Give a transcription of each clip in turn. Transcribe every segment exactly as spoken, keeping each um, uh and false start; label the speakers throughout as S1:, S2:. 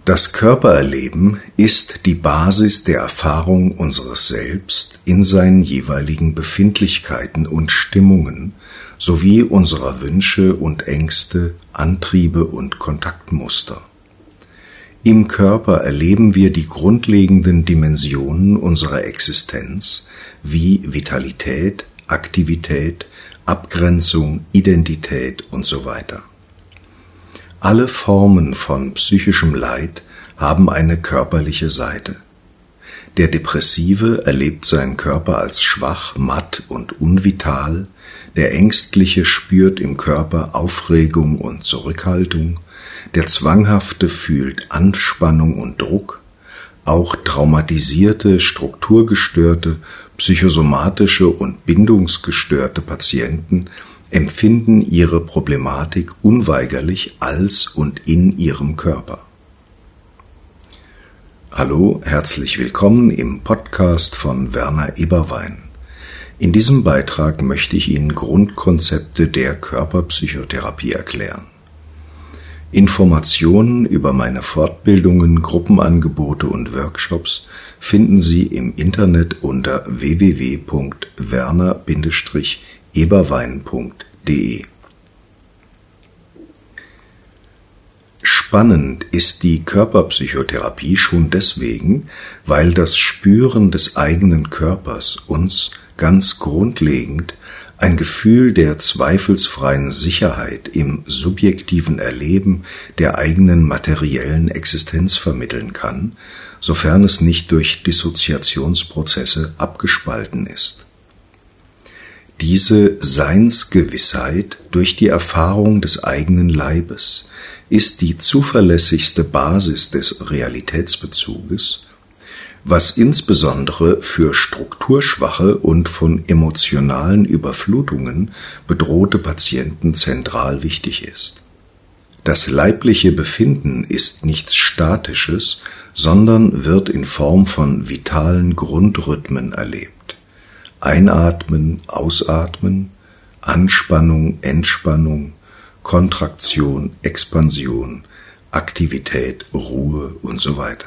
S1: Das Körpererleben ist die Basis der Erfahrung unseres Selbst in seinen jeweiligen Befindlichkeiten und Stimmungen sowie unserer Wünsche und Ängste, Antriebe und Kontaktmuster. Im Körper erleben wir die grundlegenden Dimensionen unserer Existenz wie Vitalität, Aktivität, Abgrenzung, Identität und so weiter. Alle Formen von psychischem Leid haben eine körperliche Seite. Der Depressive erlebt seinen Körper als schwach, matt und unvital, der Ängstliche spürt im Körper Aufregung und Zurückhaltung, der Zwanghafte fühlt Anspannung und Druck, auch traumatisierte, strukturgestörte, psychosomatische und bindungsgestörte Patienten empfinden ihre Problematik unweigerlich als und in ihrem Körper. Hallo, herzlich willkommen im Podcast von Werner Eberwein. In diesem Beitrag möchte ich Ihnen Grundkonzepte der Körperpsychotherapie erklären. Informationen über meine Fortbildungen, Gruppenangebote und Workshops finden Sie im Internet unter w w w punkt werner Bindestrich eberwein punkt de. Spannend ist die Körperpsychotherapie schon deswegen, weil das Spüren des eigenen Körpers uns ganz grundlegend ein Gefühl der zweifelsfreien Sicherheit im subjektiven Erleben der eigenen materiellen Existenz vermitteln kann, sofern es nicht durch Dissoziationsprozesse abgespalten ist. Diese Seinsgewissheit durch die Erfahrung des eigenen Leibes ist die zuverlässigste Basis des Realitätsbezuges, was insbesondere für strukturschwache und von emotionalen Überflutungen bedrohte Patienten zentral wichtig ist. Das leibliche Befinden ist nichts Statisches, sondern wird in Form von vitalen Grundrhythmen erlebt. Einatmen, Ausatmen, Anspannung, Entspannung, Kontraktion, Expansion, Aktivität, Ruhe und so weiter.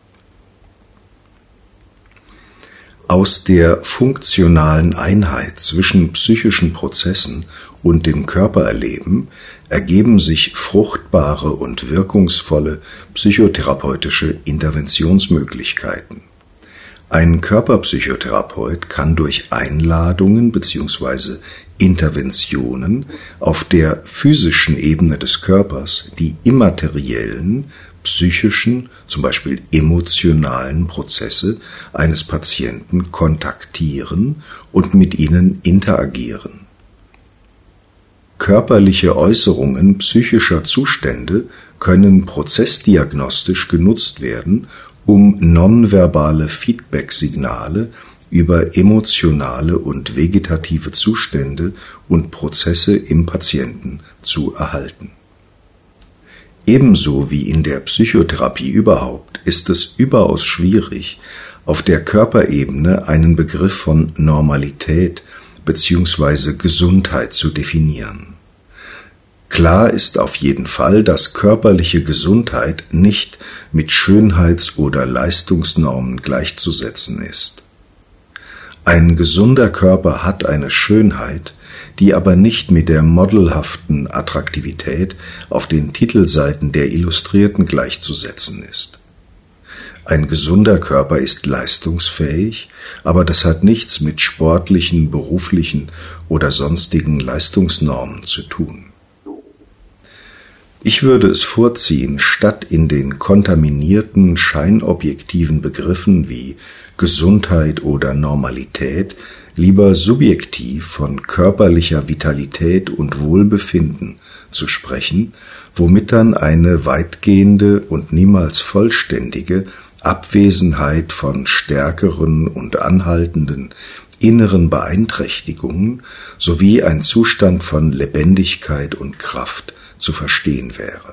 S1: Aus der funktionalen Einheit zwischen psychischen Prozessen und dem Körpererleben ergeben sich fruchtbare und wirkungsvolle psychotherapeutische Interventionsmöglichkeiten. Ein Körperpsychotherapeut kann durch Einladungen bzw. Interventionen auf der physischen Ebene des Körpers die immateriellen, psychischen, zum Beispiel emotionalen Prozesse eines Patienten kontaktieren und mit ihnen interagieren. Körperliche Äußerungen psychischer Zustände können prozessdiagnostisch genutzt werden, um nonverbale Feedback-Signale über emotionale und vegetative Zustände und Prozesse im Patienten zu erhalten. Ebenso wie in der Psychotherapie überhaupt ist es überaus schwierig, auf der Körperebene einen Begriff von Normalität bzw. Gesundheit zu definieren. Klar ist auf jeden Fall, dass körperliche Gesundheit nicht mit Schönheits- oder Leistungsnormen gleichzusetzen ist. Ein gesunder Körper hat eine Schönheit, die aber nicht mit der modelhaften Attraktivität auf den Titelseiten der Illustrierten gleichzusetzen ist. Ein gesunder Körper ist leistungsfähig, aber das hat nichts mit sportlichen, beruflichen oder sonstigen Leistungsnormen zu tun. Ich würde es vorziehen, statt in den kontaminierten, scheinobjektiven Begriffen wie Gesundheit oder Normalität lieber subjektiv von körperlicher Vitalität und Wohlbefinden zu sprechen, womit dann eine weitgehende und niemals vollständige Abwesenheit von stärkeren und anhaltenden inneren Beeinträchtigungen sowie ein Zustand von Lebendigkeit und Kraft zu verstehen wäre.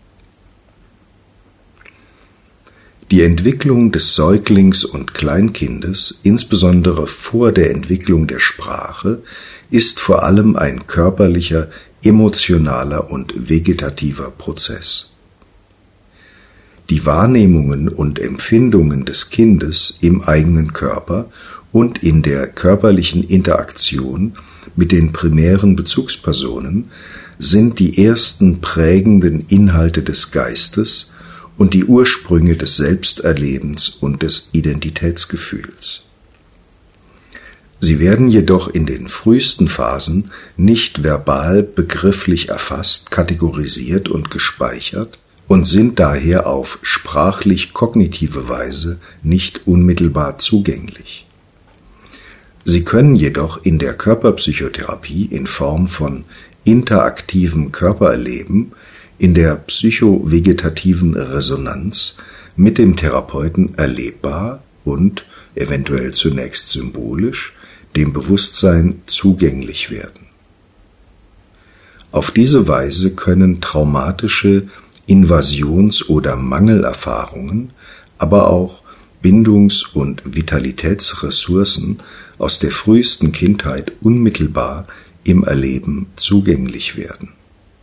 S1: Die Entwicklung des Säuglings und Kleinkindes, insbesondere vor der Entwicklung der Sprache, ist vor allem ein körperlicher, emotionaler und vegetativer Prozess. die Wahrnehmungen und Empfindungen des Kindes im eigenen Körper und in der körperlichen Interaktion mit den primären Bezugspersonen sind die ersten prägenden Inhalte des Geistes und die Ursprünge des Selbsterlebens und des Identitätsgefühls. Sie werden jedoch in den frühesten Phasen nicht verbal begrifflich erfasst, kategorisiert und gespeichert und sind daher auf sprachlich-kognitive Weise nicht unmittelbar zugänglich. Sie können jedoch in der Körperpsychotherapie in Form von interaktivem Körpererleben, in der psychovegetativen Resonanz mit dem Therapeuten erlebbar und, eventuell zunächst symbolisch, dem Bewusstsein zugänglich werden. Auf diese Weise können traumatische Invasions- oder Mangelerfahrungen, aber auch Bindungs- und Vitalitätsressourcen aus der frühesten Kindheit unmittelbar im Erleben zugänglich werden.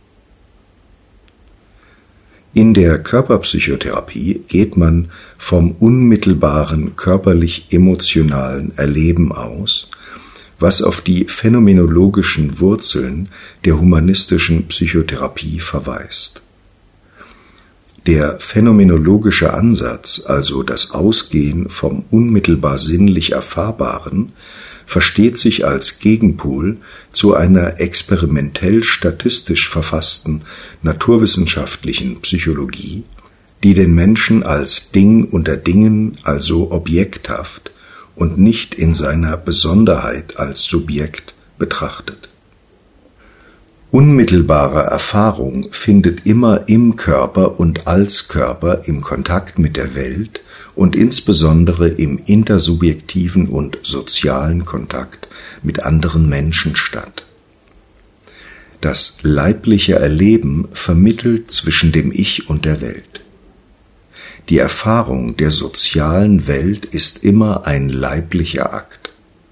S1: In der Körperpsychotherapie geht man vom unmittelbaren körperlich-emotionalen Erleben aus, was auf die phänomenologischen Wurzeln der humanistischen Psychotherapie verweist. Der phänomenologische Ansatz, also das Ausgehen vom unmittelbar sinnlich Erfahrbaren, versteht sich als Gegenpol zu einer experimentell-statistisch verfassten naturwissenschaftlichen Psychologie, die den Menschen als Ding unter Dingen, also objekthaft und nicht in seiner Besonderheit als Subjekt betrachtet. Unmittelbare Erfahrung findet immer im Körper und als Körper im Kontakt mit der Welt und insbesondere im intersubjektiven und sozialen Kontakt mit anderen Menschen statt. Das leibliche Erleben vermittelt zwischen dem Ich und der Welt. Die Erfahrung der sozialen Welt ist immer ein leiblicher Akt.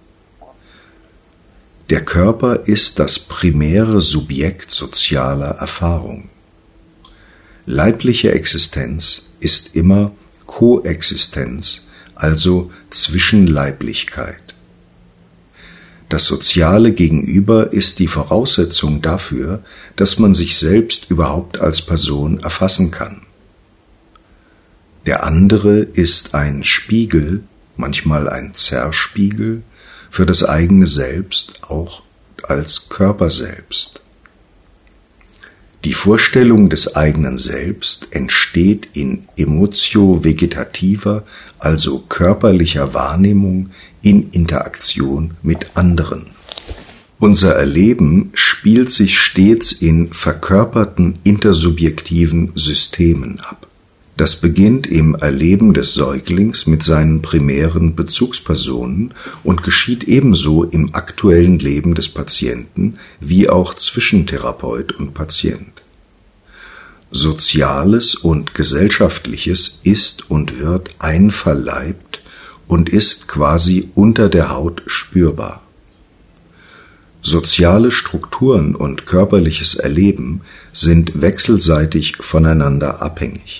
S1: Der Körper ist das primäre Subjekt sozialer Erfahrung. Leibliche Existenz ist immer Koexistenz, also Zwischenleiblichkeit. Das soziale Gegenüber ist die Voraussetzung dafür, dass man sich selbst überhaupt als Person erfassen kann. Der andere ist ein Spiegel, manchmal ein Zerspiegel, für das eigene Selbst, auch als Körper selbst. Die Vorstellung des eigenen Selbst entsteht in emotio-vegetativer, also körperlicher Wahrnehmung in Interaktion mit anderen. Unser Erleben spielt sich stets in verkörperten intersubjektiven Systemen ab. Das beginnt im Erleben des Säuglings mit seinen primären Bezugspersonen und geschieht ebenso im aktuellen Leben des Patienten wie auch zwischen Therapeut und Patient. Soziales und Gesellschaftliches ist und wird einverleibt und ist quasi unter der Haut spürbar. Soziale Strukturen und körperliches Erleben sind wechselseitig voneinander abhängig.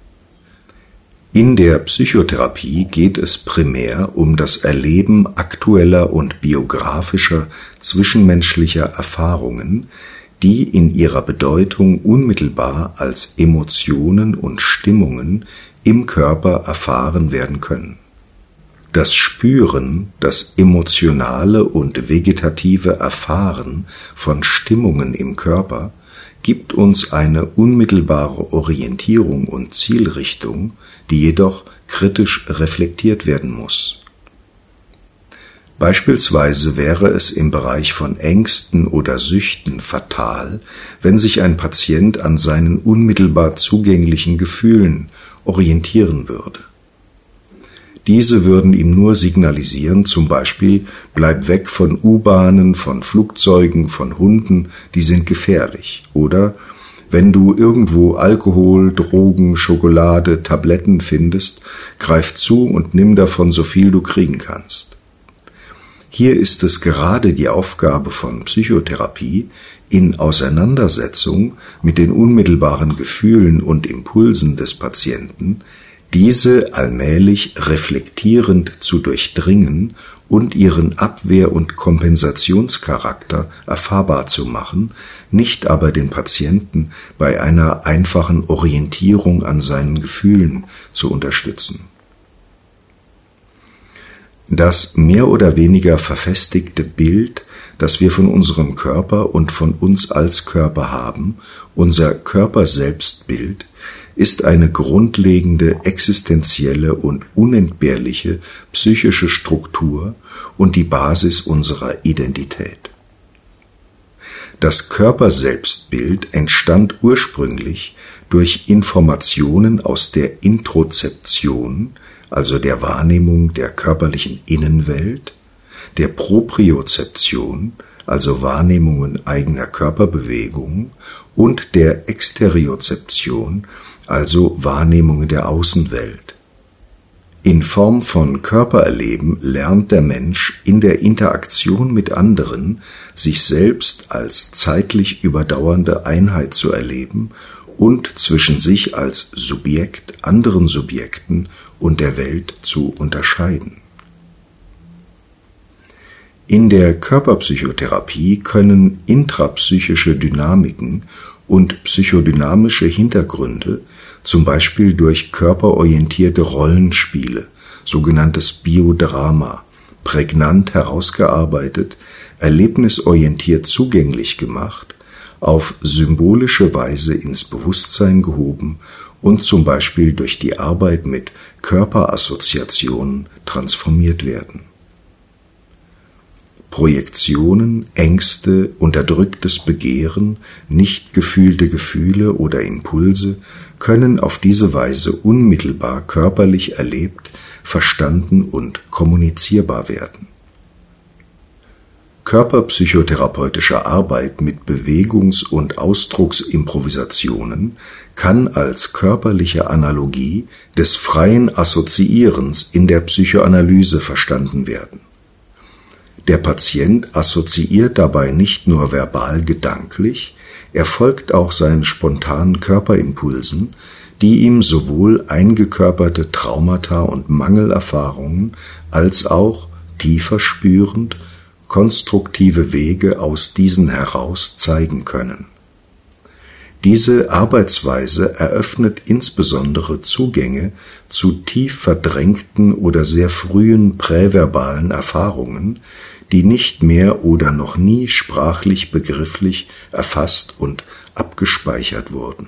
S1: In der Psychotherapie geht es primär um das Erleben aktueller und biografischer zwischenmenschlicher Erfahrungen, die in ihrer Bedeutung unmittelbar als Emotionen und Stimmungen im Körper erfahren werden können. Das Spüren, das emotionale und vegetative Erfahren von Stimmungen im Körper gibt uns eine unmittelbare Orientierung und Zielrichtung, die jedoch kritisch reflektiert werden muss. Beispielsweise wäre es im Bereich von Ängsten oder Süchten fatal, wenn sich ein Patient an seinen unmittelbar zugänglichen Gefühlen orientieren würde. Diese würden ihm nur signalisieren, zum Beispiel, bleib weg von U-Bahnen, von Flugzeugen, von Hunden, die sind gefährlich. Oder, wenn du irgendwo Alkohol, Drogen, Schokolade, Tabletten findest, greif zu und nimm davon so viel du kriegen kannst. Hier ist es gerade die Aufgabe von Psychotherapie, in Auseinandersetzung mit den unmittelbaren Gefühlen und Impulsen des Patienten, diese allmählich reflektierend zu durchdringen und ihren Abwehr- und Kompensationscharakter erfahrbar zu machen, nicht aber den Patienten bei einer einfachen Orientierung an seinen Gefühlen zu unterstützen. Das mehr oder weniger verfestigte Bild, das wir von unserem Körper und von uns als Körper haben, unser Körperselbstbild, ist eine grundlegende, existenzielle und unentbehrliche psychische Struktur und die Basis unserer Identität. Das Körperselbstbild entstand ursprünglich durch Informationen aus der Introzeption, also der Wahrnehmung der körperlichen Innenwelt, der Propriozeption, also Wahrnehmungen eigener Körperbewegungen, und der Exteriozeption, also Wahrnehmungen der Außenwelt. In Form von Körpererleben lernt der Mensch in der Interaktion mit anderen, sich selbst als zeitlich überdauernde Einheit zu erleben und zwischen sich als Subjekt, anderen Subjekten und der Welt zu unterscheiden. In der Körperpsychotherapie können intrapsychische Dynamiken und psychodynamische Hintergründe, zum Beispiel durch körperorientierte Rollenspiele, sogenanntes Biodrama, prägnant herausgearbeitet, erlebnisorientiert zugänglich gemacht, auf symbolische Weise ins Bewusstsein gehoben und zum Beispiel durch die Arbeit mit Körperassoziationen transformiert werden. Projektionen, Ängste, unterdrücktes Begehren, nicht gefühlte Gefühle oder Impulse können auf diese Weise unmittelbar körperlich erlebt, verstanden und kommunizierbar werden. Körperpsychotherapeutische Arbeit mit Bewegungs- und Ausdrucksimprovisationen kann als körperliche Analogie des freien Assoziierens in der Psychoanalyse verstanden werden. Der Patient assoziiert dabei nicht nur verbal gedanklich, er folgt auch seinen spontanen Körperimpulsen, die ihm sowohl eingekörperte Traumata und Mangelerfahrungen als auch, tiefer spürend, konstruktive Wege aus diesen heraus zeigen können. Diese Arbeitsweise eröffnet insbesondere Zugänge zu tief verdrängten oder sehr frühen präverbalen Erfahrungen, die nicht mehr oder noch nie sprachlich begrifflich erfasst und abgespeichert wurden.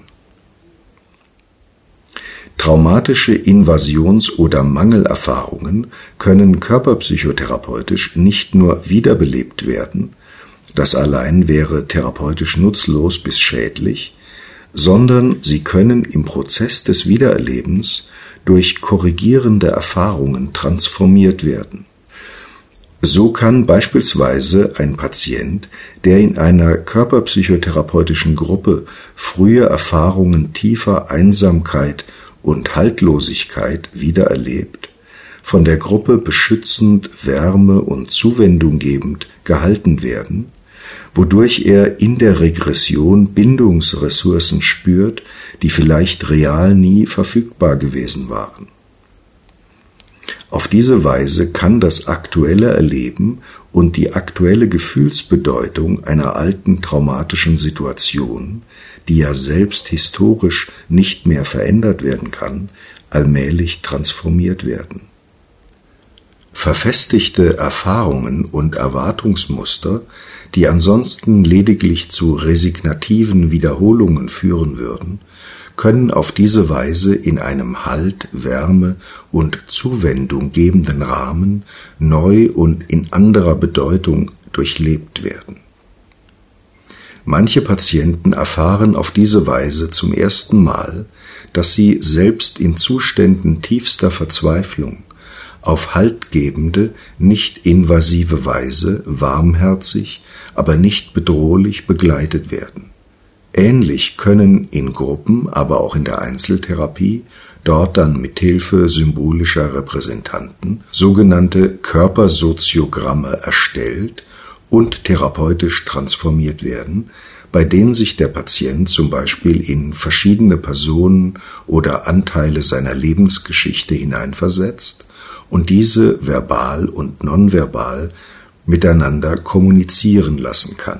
S1: Traumatische Invasions- oder Mangelerfahrungen können körperpsychotherapeutisch nicht nur wiederbelebt werden, das allein wäre therapeutisch nutzlos bis schädlich, sondern sie können im Prozess des Wiedererlebens durch korrigierende Erfahrungen transformiert werden. So kann beispielsweise ein Patient, der in einer körperpsychotherapeutischen Gruppe frühe Erfahrungen tiefer Einsamkeit und Haltlosigkeit wiedererlebt, von der Gruppe beschützend, Wärme und Zuwendung gebend gehalten werden, wodurch er in der Regression Bindungsressourcen spürt, die vielleicht real nie verfügbar gewesen waren. Auf diese Weise kann das aktuelle Erleben und die aktuelle Gefühlsbedeutung einer alten traumatischen Situation, die ja selbst historisch nicht mehr verändert werden kann, allmählich transformiert werden. Verfestigte Erfahrungen und Erwartungsmuster, die ansonsten lediglich zu resignativen Wiederholungen führen würden, können auf diese Weise in einem Halt, Wärme und Zuwendung gebenden Rahmen neu und in anderer Bedeutung durchlebt werden. Manche Patienten erfahren auf diese Weise zum ersten Mal, dass sie selbst in Zuständen tiefster Verzweiflung auf haltgebende, nicht invasive Weise warmherzig, aber nicht bedrohlich begleitet werden. Ähnlich können in Gruppen, aber auch in der Einzeltherapie dort dann mithilfe symbolischer Repräsentanten sogenannte Körpersoziogramme erstellt und therapeutisch transformiert werden, bei denen sich der Patient zum Beispiel in verschiedene Personen oder Anteile seiner Lebensgeschichte hineinversetzt und diese verbal und nonverbal miteinander kommunizieren lassen kann.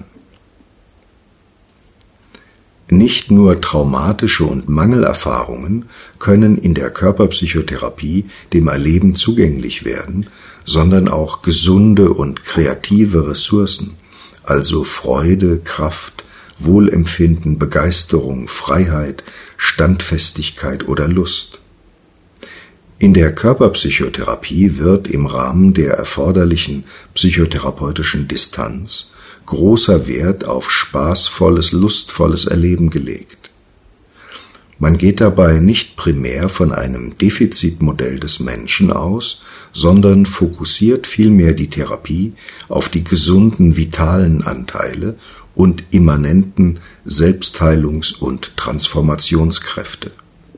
S1: Nicht nur traumatische und Mangelerfahrungen können in der Körperpsychotherapie dem Erleben zugänglich werden, sondern auch gesunde und kreative Ressourcen, also Freude, Kraft, Wohlempfinden, Begeisterung, Freiheit, Standfestigkeit oder Lust. In der Körperpsychotherapie wird im Rahmen der erforderlichen psychotherapeutischen Distanz großer Wert auf spaßvolles, lustvolles Erleben gelegt. Man geht dabei nicht primär von einem Defizitmodell des Menschen aus, sondern fokussiert vielmehr die Therapie auf die gesunden, vitalen Anteile und immanenten Selbstheilungs- und Transformationskräfte.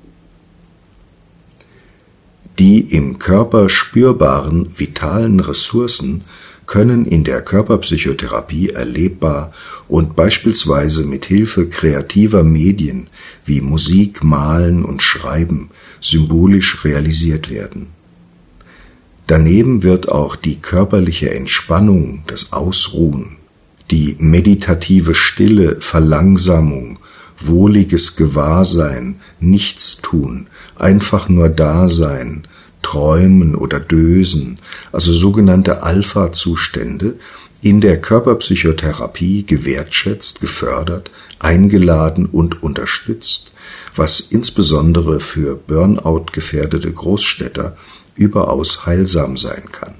S1: Die im Körper spürbaren, vitalen Ressourcen können in der Körperpsychotherapie erlebbar und beispielsweise mit Hilfe kreativer Medien wie Musik, Malen und Schreiben symbolisch realisiert werden. Daneben wird auch die körperliche Entspannung, das Ausruhen, die meditative Stille, Verlangsamung, wohliges Gewahrsein, Nichtstun, einfach nur Dasein, Träumen oder Dösen, also sogenannte Alpha-Zustände, in der Körperpsychotherapie gewertschätzt, gefördert, eingeladen und unterstützt, was insbesondere für Burnout-gefährdete Großstädter überaus heilsam sein kann.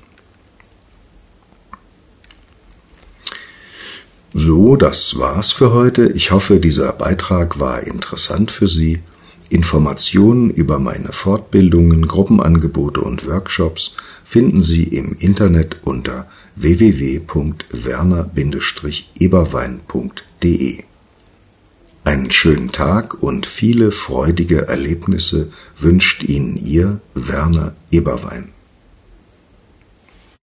S1: So, das war's für heute. Ich hoffe, dieser Beitrag war interessant für Sie. Informationen über meine Fortbildungen, Gruppenangebote und Workshops finden Sie im Internet unter w w w punkt werner Bindestrich eberwein punkt de. Einen schönen Tag und viele freudige Erlebnisse wünscht Ihnen Ihr Werner Eberwein.